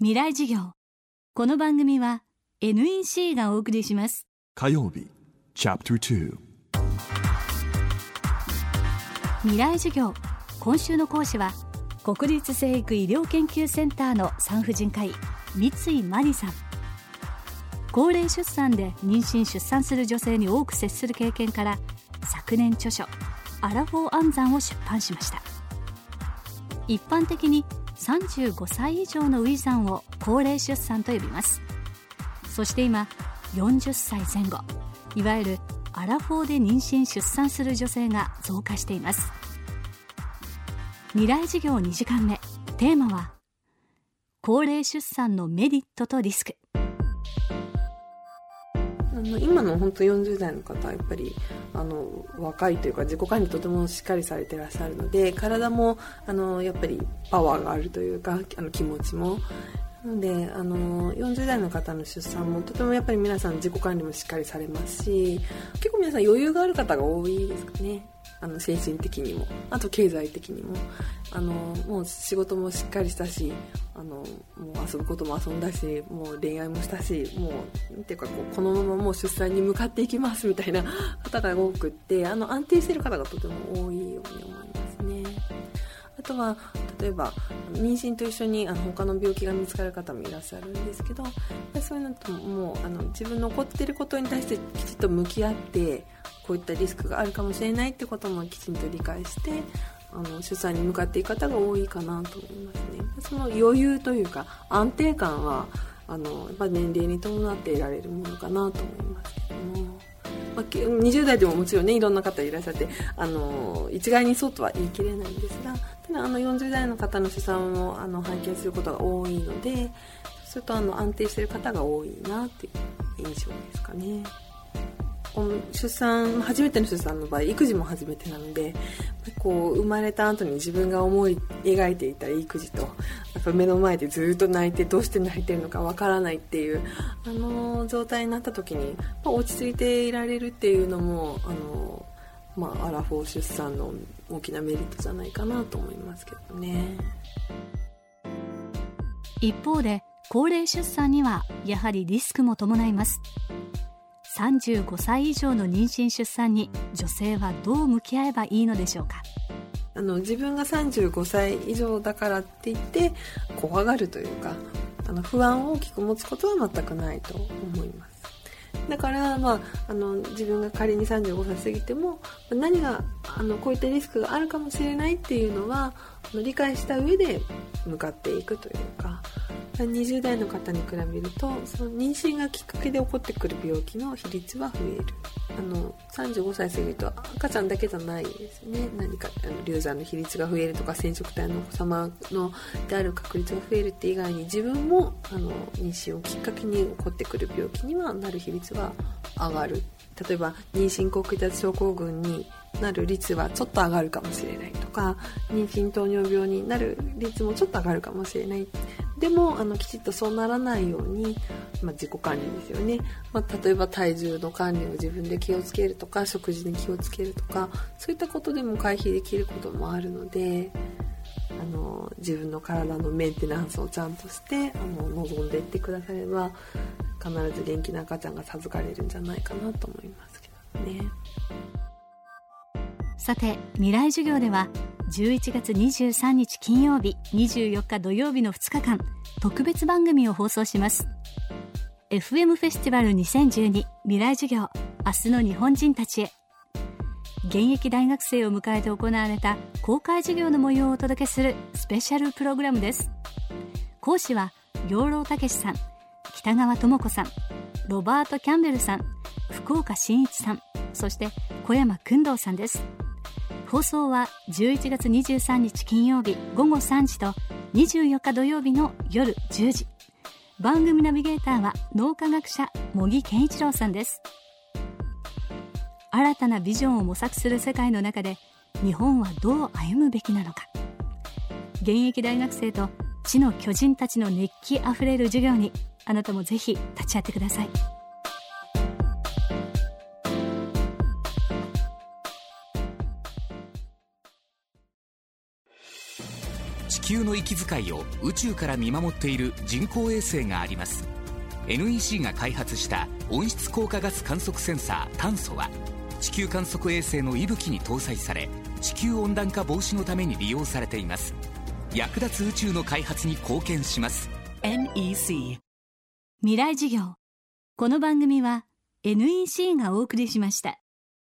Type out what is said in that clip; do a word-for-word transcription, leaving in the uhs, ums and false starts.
未来授業。この番組は エヌイーシー がお送りします。 火曜日チャプターに。 未来授業。今週の講師は国立成育医療研究センターの産婦人科医三井真理さん。高齢出産で妊娠出産する女性に多く接する経験から、昨年著書アラフォー安産を出版しました。一般的にさんじゅうごさい以上の初産を高齢出産と呼びます。そして今よんじゅっさいぜん後、いわゆるアラフォーで妊娠出産する女性が増加しています。未来授業にじかんめ、テーマは高齢出産のメリットとリスク。 あの今の本当よんじゅう代の方はやっぱりあの若いというか自己管理とてもしっかりされていらっしゃるので、体もあのやっぱりパワーがあるというか、あの気持ちもなので、あのよんじゅう代の方の出産もとてもやっぱり皆さん自己管理もしっかりされますし、結構皆さん余裕がある方が多いですかね。あの精神的にも、あと経済的にも、あのもう仕事もしっかりしたし、あのもう遊ぶことも遊んだし、もう恋愛もしたし、もうなんていうかこうこのままもう出産に向かっていきますみたいな方が多くって、あの安定している方がとても多いように思いますね。あとは例えば妊娠と一緒にあの他の病気が見つかる方もいらっしゃるんですけど、そういうのともうあの自分の起こっていることに対してきちっと向き合って、こういったリスクがあるかもしれないってこともきちんと理解して、あの出産に向かっていく方が多いかなと思いますね。その余裕というか安定感はあのやっぱ年齢に伴って得られるものかなと思いますけども、まあ、にじゅう代でももちろんねいろんな方いらっしゃって、あの一概にそうとは言い切れないんですが、ただあのよんじゅう代の方の出産をあの拝見することが多いので、そうするとあの安定している方が多いなっていう印象ですかね。出産初めての出産の場合、育児も初めてなので、こう生まれた後に自分が思い描いていた育児とやっぱ目の前でずっと泣いて、どうして泣いてるのかわからないっていうあの状態になった時に、まあ、落ち着いていられるっていうのもあの、まあ、アラフォー出産の大きなメリットじゃないかなと思いますけどね。 一方で高齢出産にはやはりリスクも伴います。さんじゅうごさい以上の妊娠出産に女性はどう向き合えばいいのでしょうか。 あの自分がさんじゅうごさい以上だからって言って怖がるというか、あの不安を大きく持つことは全くないと思います。だから、まあ、あの自分が仮にさんじゅうごさい過ぎても何があのこういったリスクがあるかもしれないっていうのはあの理解した上で向かっていくというか、にじゅう代の方に比べるとその妊娠がきっかけで起こってくる病気の比率は増える。あのさんじゅうごさい過ぎると赤ちゃんだけじゃないですね。何かあの流産の比率が増えるとか、染色体のお子様のである確率が増えるって以外に、自分もあの妊娠をきっかけに起こってくる病気にはなる比率は上がる。例えば妊娠高血圧症候群になる率はちょっと上がるかもしれないとか、妊娠糖尿病になる率もちょっと上がるかもしれない。でもあのきちっとそうならないように、まあ、自己管理ですよね、まあ、例えば体重の管理を自分で気をつけるとか、食事に気をつけるとか、そういったことでも回避できることもあるので、あの自分の体のメンテナンスをちゃんとしてあの望んでいってくだされば、必ず元気な赤ちゃんが授かれるんじゃないかなと思いますけどね。 さて、未来授業ではじゅういちがつにじゅうさんにち金曜日、にじゅうよっか土曜日のふつかかん、特別番組を放送します。 エフエム フェスティバルにせんじゅうに未来授業、明日の日本人たちへ。現役大学生を迎えて行われた公開授業の模様をお届けするスペシャルプログラムです。講師は養老孟司さん、北川智子さん、ロバート・キャンベルさん、福岡伸一さん、そして小山薫堂さんです。放送はじゅういちがつにじゅうさんにち金曜日ごごさんじとにじゅうよっか土曜日の夜じゅうじ。番組ナビゲーターは脳科学者茂木健一郎さんです。新たなビジョンを模索する世界の中で、日本はどう歩むべきなのか。現役大学生と知の巨人たちの熱気あふれる授業に、あなたもぜひ立ち会ってください。 地球の息遣いを宇宙から見守っている人工衛星があります。 エヌイーシー が開発した温室効果ガス観測センサー炭素は地球観測衛星の息吹に搭載され、地球温暖化防止のために利用されています。役立つ宇宙の開発に貢献します。 エヌイーシー未来事業。この番組は エヌイーシー がお送りしました。